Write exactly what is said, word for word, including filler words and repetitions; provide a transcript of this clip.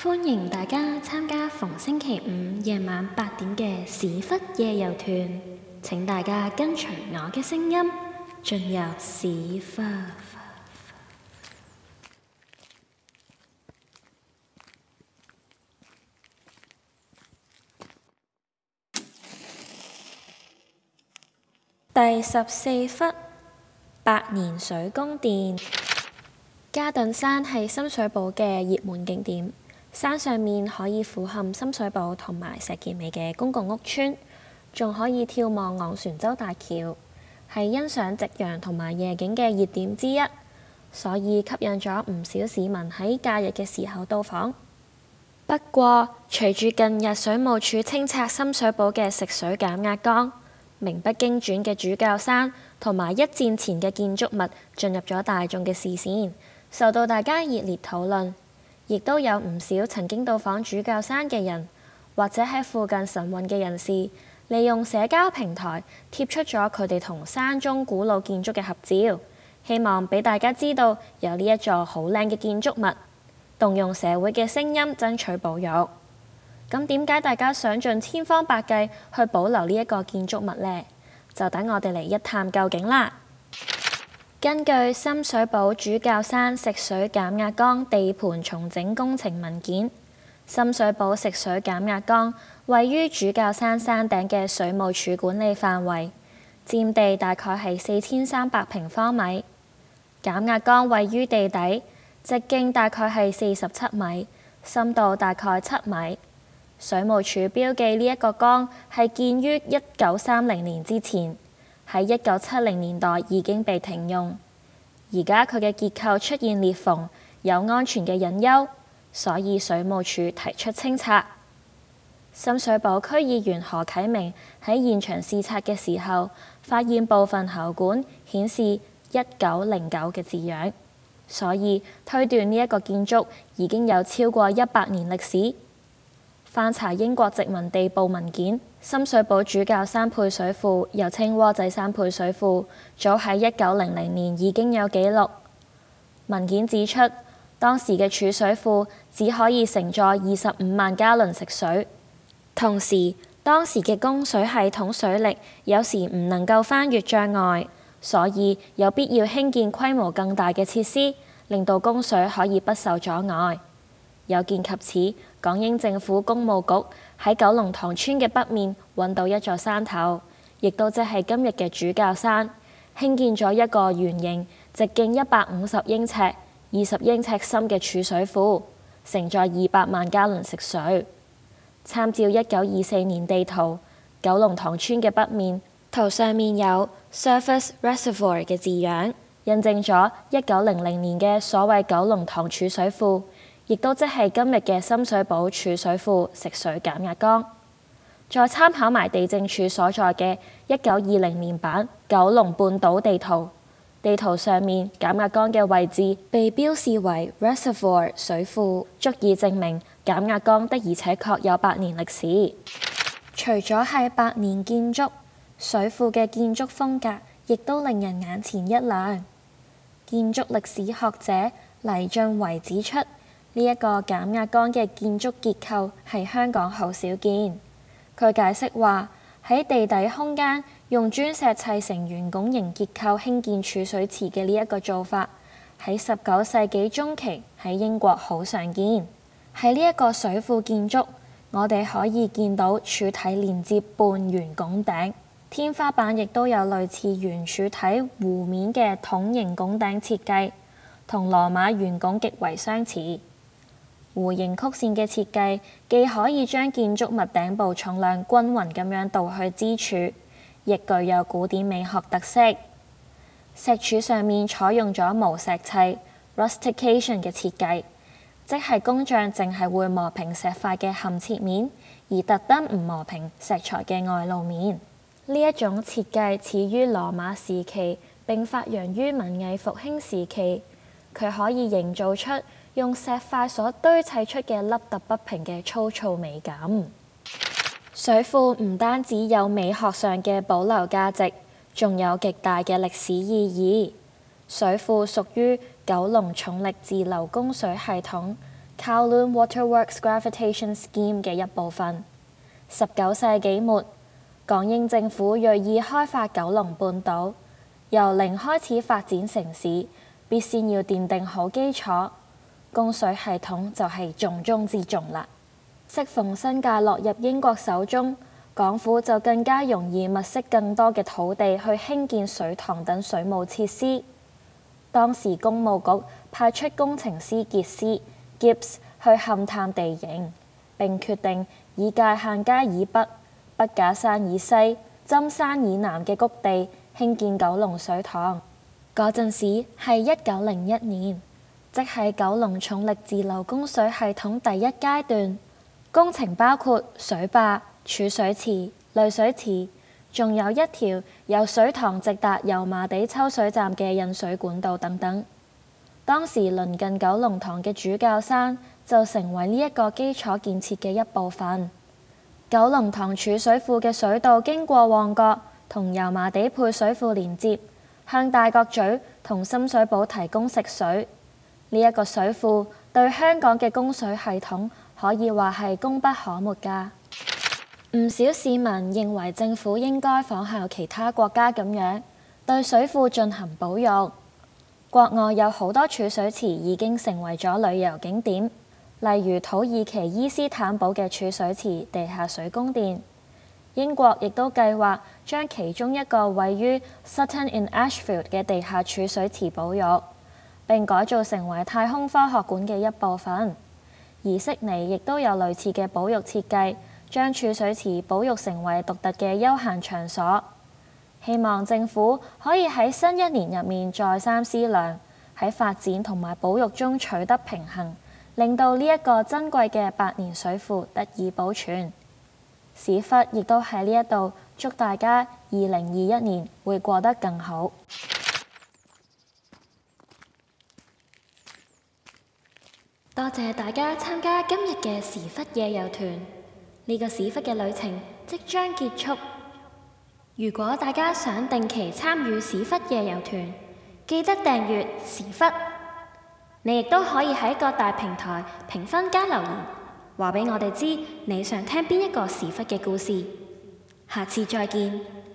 歡迎大家參加逢星期五夜晚八點嘅史窟夜遊團。請大家跟隨我嘅聲音進入史窟。第十四窟，百年水宮殿。嘉頓山係深水埗嘅熱門景點，山上面可以俯瞰深水埗同埋石硤尾嘅公共屋邨，仲可以眺望昂船洲大橋，係欣賞夕陽同埋夜景嘅熱點之一，所以吸引咗唔少市民喺假日嘅時候到訪。不過，隨住近日水務署清拆深水埗嘅食水減壓缸，名不經傳嘅主教山同埋一戰前嘅建築物進入咗大眾嘅視線，受到大家熱烈討論。亦都有唔少曾經到訪主教山嘅人，或者喺附近晨運嘅人士，利用社交平台貼出咗佢哋同山中古老建築嘅合照，希望俾大家知道有呢一座好靚嘅建築物，動用社會嘅聲音爭取保育。咁點解大家想盡千方百計去保留呢一個建築物呢？就等我哋嚟一探究竟啦。根據深水埗主教山食水減壓缸地盤重整工程文件，深水埗食水減壓缸位於主教山山頂嘅水務署管理範圍，佔地大概係四千三百平方米。減壓缸位於地底，直徑大概係四十七米，深度大概七米。水務署標記呢一個缸係建於一九三零年之前，喺一九七零年代已經被停用。而家佢嘅結構出現裂縫，有安全嘅隱憂，所以水務署提出清拆。深水埗區議員何啟明喺現場視察嘅時候，發現部分喉管顯示一九零九嘅字樣，所以推斷呢一個建築已經有超過一百年歷史。翻查英國殖民地部文件，深水埗主教山配水庫又稱窩仔山配水庫，早喺一九零零年已經有記錄。文件指出，當時嘅儲水庫只可以承載二十五萬加侖食水，同時當時嘅供水系統水力有時唔能夠翻越障礙，所以有必要興建規模更大嘅設施，令到供水可以不受阻礙。有見及此，港英政府工務局喺九龍塘村嘅北面揾到一座山頭，亦都即係今日嘅主教山，興建咗一個圓形、直徑一百五十英尺、二十英尺深嘅儲水庫，承載二百萬加侖食水。參照一九二四年地圖，九龍塘村嘅北面圖上面有 Surface Reservoir 嘅字樣，印證咗一九零零年嘅所謂九龍塘儲水庫，亦都即係今日嘅深水埗儲水庫食水減壓缸。再參考埋地政署所在嘅一九二零年版九龍半島地圖，地圖上面減壓缸嘅位置被標示為 Reservoir 水庫，足以證明減壓缸的而且確有百年歷史。除咗係百年建築，水庫嘅建築風格亦都令人眼前一亮。建築歷史學者黎俊維指出，呢一個減壓缸嘅建築結構係香港好少見。佢解釋話，喺地底空間用磚石砌成圓拱形結構興建儲水池嘅呢一個做法，喺十九世紀中期喺英國好常見。喺呢一個水庫建築，我哋可以見到柱體連接半圓拱頂，天花板亦都有類似圓柱體弧面嘅筒形拱頂設計，同羅馬圓拱極為相似。弧形曲線嘅設計既可以將建築物頂部重量均勻咁樣導去支柱，亦具有古典美學特色。石柱上面採用咗無石砌 rustication 嘅設計，即係工匠淨係會磨平石塊嘅嵌切面，而特登唔磨平石材嘅外露面。呢一種設計始於羅馬時期，並發揚於文藝復興時期。佢可以營造出用石塊所堆砌出嘅凹凸不平嘅粗糙美感。水庫唔單止有美學上嘅保留價值，仲有極大嘅歷史意義。水庫屬於九龍重力自流供水系統， Kowloon Waterworks Gravitation Scheme 嘅一部分。十九世紀末，港英政府銳意開發九龍半島，由零開始發展城市，必先要奠定好基礎，供水系統就係重中之重啦。適逢新界落入英國手中，港府就更加容易物色更多嘅土地去興建水塘等水務設施。當時工務局派出工程師傑斯 Gibbs 去勘探地形，並決定以界限街以北、筆架山以西、針山以南嘅谷地興建九龍水塘。嗰陣時係一九零一年，即係九龍重力自流供水系統第一階段。工程包括水壩、儲水池、濾水池，仲有一條由水塘直達油麻地抽水站嘅引水管道等等。當時鄰近九龍塘嘅主教山就成為呢一個基礎建設嘅一部分。九龍塘儲水庫嘅水道經過旺角同油麻地配水庫連接，向大角咀同深水埗提供食水。呢、這、一個水庫對香港嘅供水系統可以話係功不可沒㗎。唔少市民認為政府應該仿效其他國家咁樣，對水庫進行保育。國外有好多儲水池已經成為咗旅遊景點，例如土耳其伊斯坦堡嘅儲水池地下水宮殿。英國亦都計劃將其中一個位於 Sutton-in-Ashfield 嘅地下儲水池保育，並改造成為太空科學館嘅一部分。而悉尼亦都有類似嘅保育設計，將儲水池保育成為獨特嘅休閒場所。希望政府可以喺新一年入面再三思量，喺發展同埋保育中取得平衡，令到呢一個珍貴嘅百年水庫得以保存。史窟亦都喺呢一度祝大家二零二一年會過得更好。多謝大家參加今日嘅史窟夜遊團，呢個史窟嘅旅程即將結束。如果大家想定期參與史窟夜遊團，記得訂閱史窟。你亦都可以喺各大平台評分加留言，話俾我哋知你想聽邊一個史窟嘅故事。下次再見。